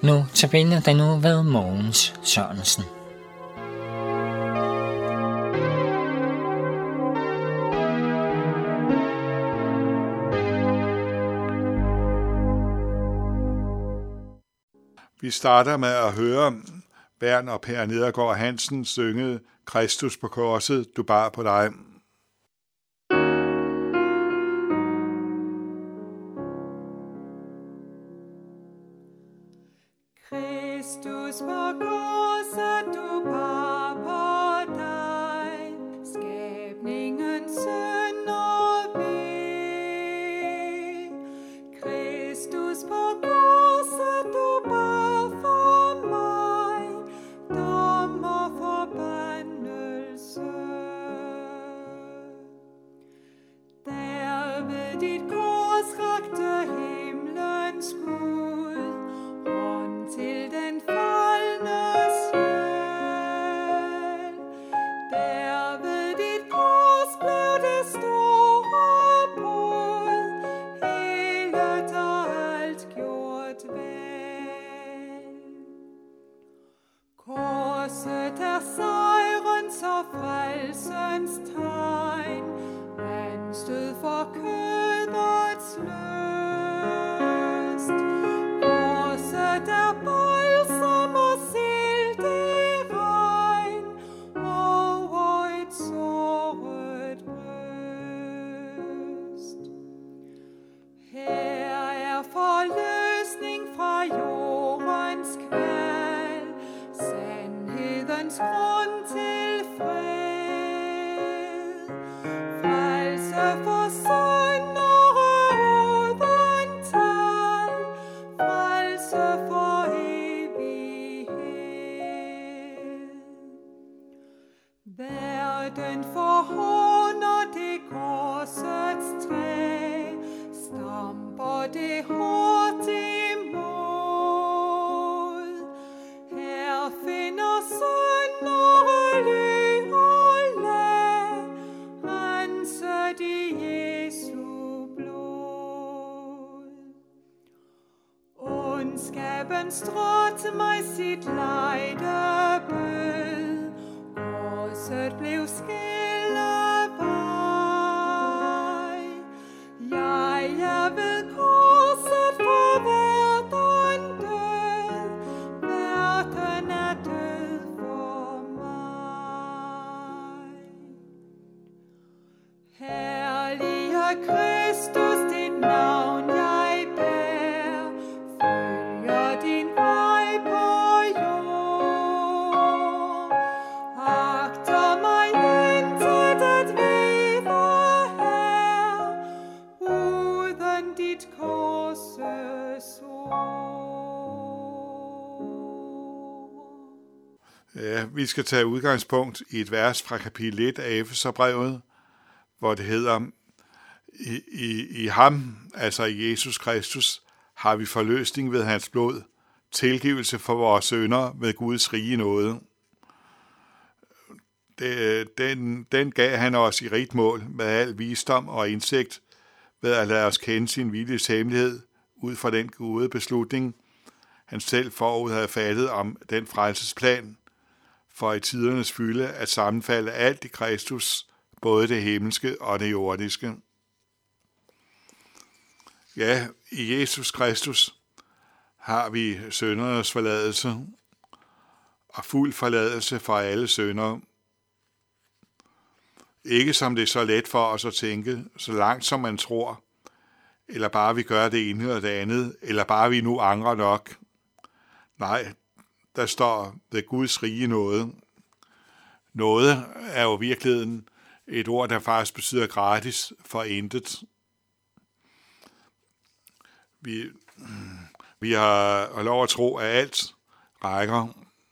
Nu tabiner den nu ved Mogens Sørensen. Vi starter med at høre Bernd og Per Nedergaard Hansen synge Kristus på korset, du bar på dig. Kristus på korset, du bar på dig, skabningens synd og ve. Kristus på korset, du bar for mig, dom og forbandelse. Der ved dit kors rakte himlens Gud til den faldne sjæl. Der ved dit kors blev det store brud, helet og alt gjort vel. Korset er sejrens og frelsens tegn, anstød for kødets lyst. Korset er balsam og silt i regn over et såret bryst. Her er forløsning fra jordens kval, sandhedens grund til fred. Frelse for syndere uden tal, frelse for evighed. Verden forhåner det korsets træ, stamper det hårdt imod. Her finder syndere ly og lag, renset i Jesu blod. Ondskaben stråt mig sit lejde bød, korset blev skillevej. Jeg er ved korset for verden død, verden er død for mig. Herlige Kristus, dit navn jeg bær, følger din vej på jord. Agter mig intet at vide her, uden dit korses ord. Ja, vi skal tage udgangspunkt i et vers fra kapitel 1 af Efeserbrevet, hvor det hedder, i ham, altså i Jesus Kristus, har vi forløsning ved hans blod, tilgivelse for vores synder ved Guds rige nåde. Den gav han os i rigt mål med al visdom og indsigt ved at lade os kende sin viljes hemmelighed ud fra den gode beslutning, han selv forud havde fattet om den frelsesplan, for i tidernes fylde at sammenfalde alt i Kristus, både det himmelske og det jordiske. Ja, i Jesus Kristus har vi syndernes forladelse og fuld forladelse for alle syndere. Ikke som det er så let for os at tænke, så langt som man tror, eller bare vi gør det ene eller det andet, eller bare vi nu angrer nok. Nej, der står ved Guds rige nåde. Nåde er jo i virkeligheden et ord, der faktisk betyder gratis for intet. Vi har lov at tro, at alt rækker,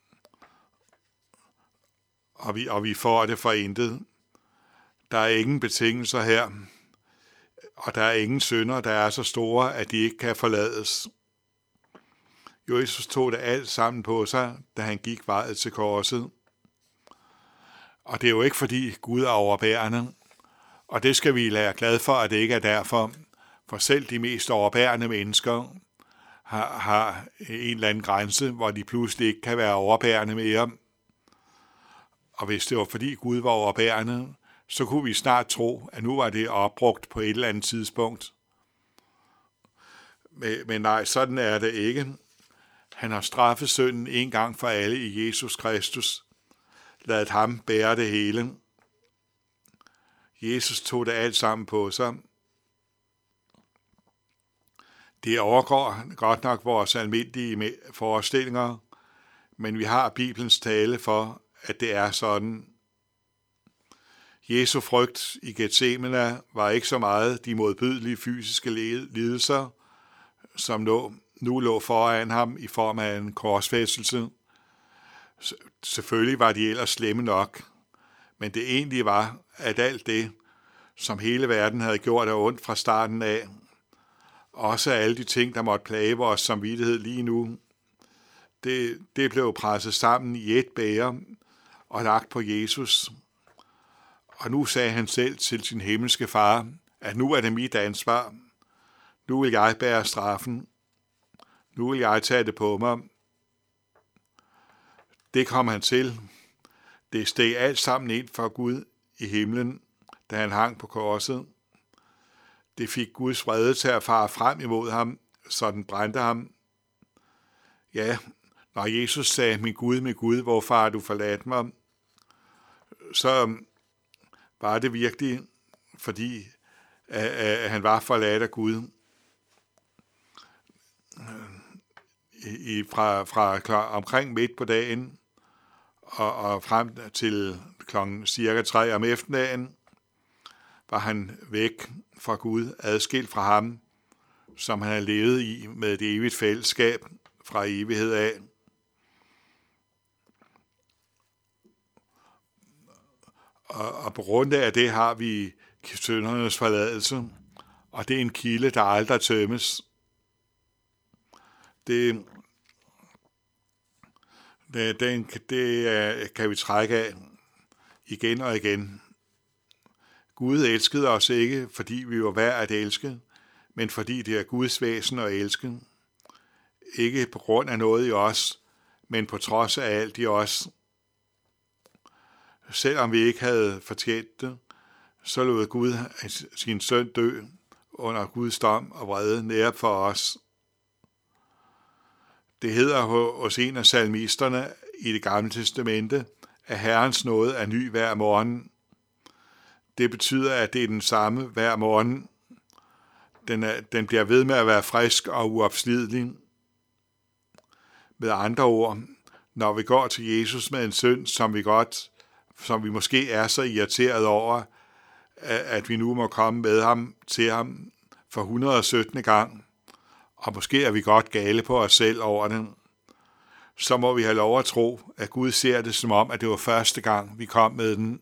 og vi får det for intet. Der er ingen betingelser her, og der er ingen synder, der er så store, at de ikke kan forlades. Jesus tog det alt sammen på sig, da han gik vejen til korset. Og det er jo ikke fordi Gud er overbærende, og det skal vi være glade for, at det ikke er derfor. For selv de mest overbærende mennesker har en eller anden grænse, hvor de pludselig ikke kan være overbærende mere. Og hvis det var fordi Gud var overbærende, så kunne vi snart tro, at nu var det opbrugt på et eller andet tidspunkt. Men nej, sådan er det ikke. Han har straffet synden en gang for alle i Jesus Kristus. Lad ham bære det hele. Jesus tog det alt sammen på sig. Det overgår godt nok vores almindelige forestillinger, men vi har Bibelens tale for, at det er sådan. Jesu frygt i Getsemane var ikke så meget de modbydelige fysiske lidelser, som nu lå foran ham i form af en korsfæstelse. Selvfølgelig var de ellers slemme nok, men det egentlig var, at alt det, som hele verden havde gjort af ondt fra starten af, også alle de ting, der måtte plage vores samvittighed lige nu, det blev presset sammen i et bæger og lagt på Jesus. Og nu sagde han selv til sin himmelske far, at nu er det mit ansvar. Nu vil jeg bære straffen. Nu vil jeg tage det på mig. Det kom han til. Det steg alt sammen ind for Gud i himlen, da han hang på korset. Det fik Guds vrede til at fare frem imod ham, så den brændte ham. Ja, når Jesus sagde, min Gud, hvorfor har du forladt mig? Så var det virkelig, fordi at han var forladt af Gud. Fra omkring midt på dagen og frem til klokken cirka 3 om eftermiddagen, var han væk fra Gud, adskilt fra ham, som han havde levet i med et evigt fællesskab fra evighed af. Og på grund af det har vi syndernes forladelse, og det er en kilde, der aldrig tømmes. Det kan vi trække af igen og igen. Gud elskede os ikke, fordi vi var værd at elske, men fordi det er Guds væsen at elske. Ikke på grund af noget i os, men på trods af alt i os. Selvom vi ikke havde fortjent det, så lod Gud sin søn dø under Guds dom og vrede nær for os. Det hedder hos en af salmisterne i Det Gamle Testamente, at Herrens nåde er ny hver morgen. Det betyder, at det er den samme hver morgen. Den bliver ved med at være frisk og uopslidelig. Med andre ord, når vi går til Jesus med en synd, som vi måske er så irriteret over, at vi nu må komme med ham til ham for 117. gang, og måske er vi godt gale på os selv over den, så må vi have lov at tro, at Gud ser det som om, at det var første gang, vi kom med den.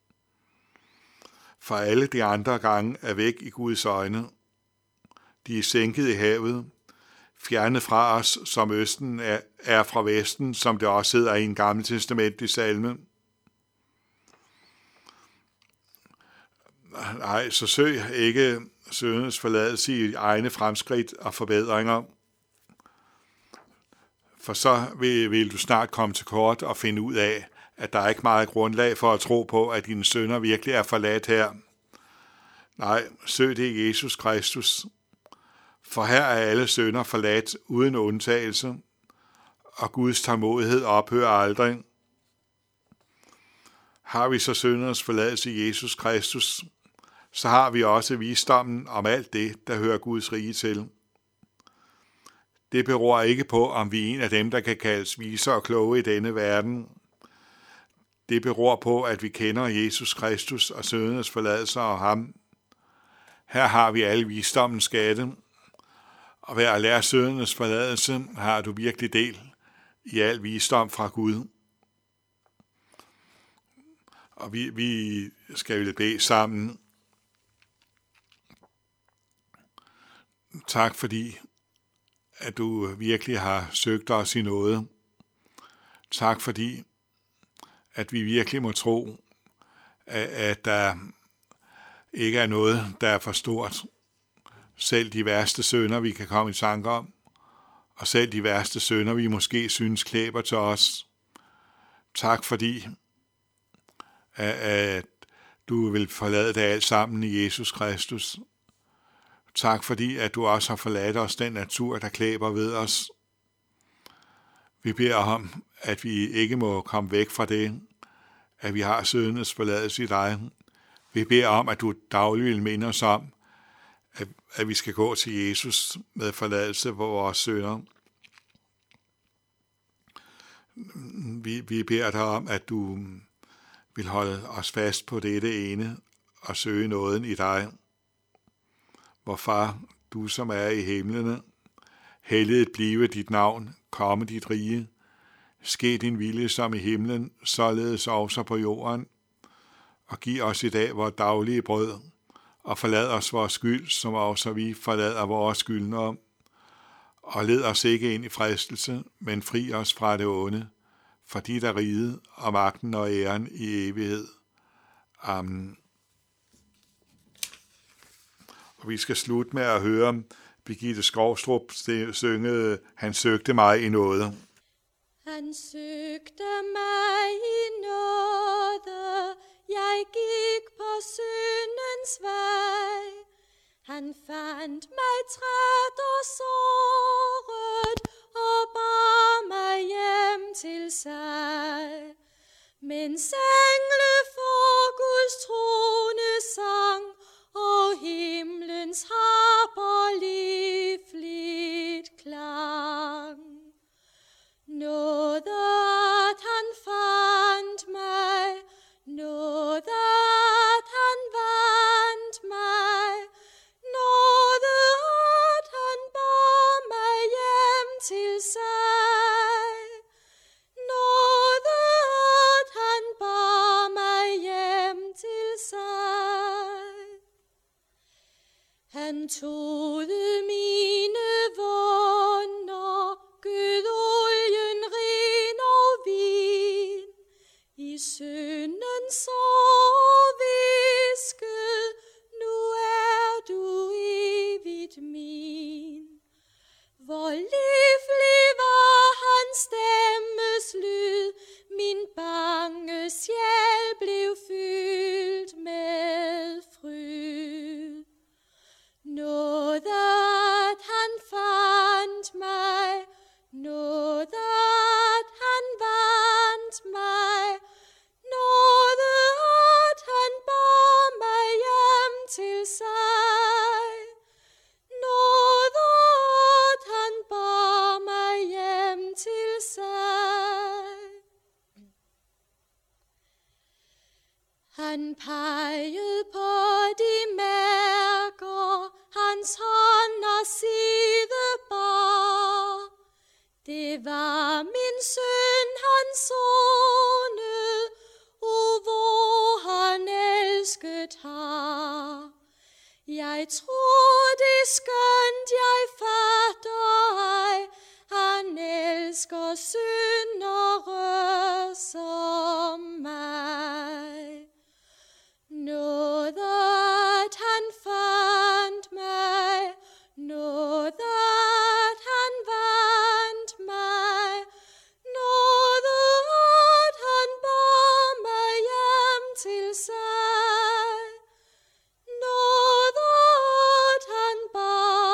For alle de andre gange er væk i Guds øjne. De er sænket i havet, fjernet fra os, som østen er fra vesten, som det også hedder i en Gammel Testamentlig salme. Nej, så søg ikke syndernes forladelse i egne fremskridt og forbedringer, for så vil du snart komme til kort og finde ud af, at der er ikke meget grundlag for at tro på, at dine synder virkelig er forladt her. Nej, søg det i Jesus Kristus, for her er alle synder forladt uden undtagelse, og Guds tålmodighed ophører aldrig. Har vi så syndernes forladelse i Jesus Kristus, så har vi også visdommen om alt det, der hører Guds rige til. Det beror ikke på, om vi er en af dem, der kan kaldes viser og kloge i denne verden. Det beror på, at vi kender Jesus Kristus og syndernes forladelse og ham. Her har vi alle visdommens skatte, og ved at lære syndernes forladelse har du virkelig del i al visdom fra Gud. Og vi skal jo bede sammen. Tak fordi, at du virkelig har søgt os i noget. Tak fordi, at vi virkelig må tro, at der ikke er noget, der er for stort. Selv de værste synder, vi kan komme i tanke om, og selv de værste synder, vi måske synes klæber til os. Tak fordi, at du vil forlade det alt sammen i Jesus Kristus. Tak fordi, at du også har forladt os den natur, der klæber ved os. Vi beder om, at vi ikke må komme væk fra det, at vi har syndenes forladelse i dig. Vi beder om, at du dagligt vil minde os om, at vi skal gå til Jesus med forladelse for vores synder. Vi beder dig om, at du vil holde os fast på dette ene og søge nåden i dig. Vor far, du som er i himlene, helliget blive dit navn, komme dit rige. Ske din vilje som i himlen, således også på jorden. Og giv os i dag vores daglige brød, og forlad os vores skyld, som også vi forlader vores skyldnere. Og led os ikke ind i fristelse, men fri os fra det onde, for dit er riget og magten og æren i evighed. Amen. Og vi skal slutte med at høre Birgitte Skovstrup synge Han søgte mig i nåde. Han søgte mig i nåde, jeg gik på syndens vej. Han fandt mig træt og såret og bar mig hjem til sig. Mens engle for Guds trone sang, og himlens harper livligt klang. Nåde at han fandt mig, nåde at han vandt mig, nåde at han bar mig hjem til sig, nåde at han bar mig hjem til sig. Han tåede mine vunder, gød olien ren og vin, i synden sår visket, nu er du evigt min. Hvor livlig var hans stemmes lyd, min bange sjæl blev fyldt med fryd. Nåde at han fandt mig, nåde at han vandt mig, nåde at han bar mig hjem til sig, nåde at han bar mig hjem til sig. Han pegede på de mærker, hans hånd og side bar. Det var min synd, han sonede, hvor han elsket har. Jeg tror det skønt, jeg fatter ej, han elsker syndere som mig. Nåde at han fandt mig, nåde at han vandt mig, nåde at han bar mig hjem til sig, nåde at han bar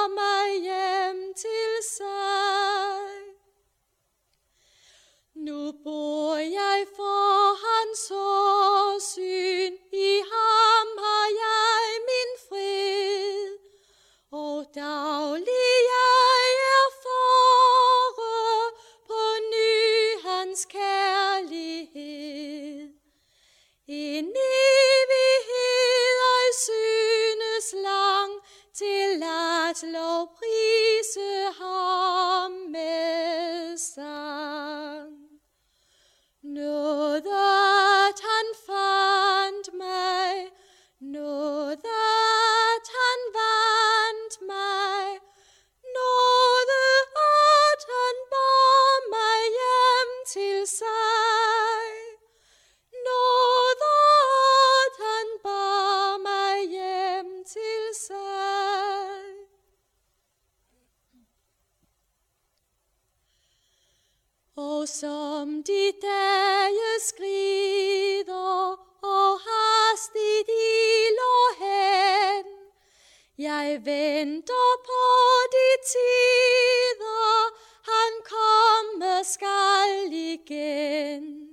som de dage skrider, og hastigt iler hen. Jeg venter på de tider, han komme skal igen.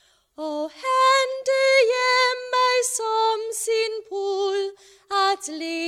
Og hente hjem mig som sin brud, at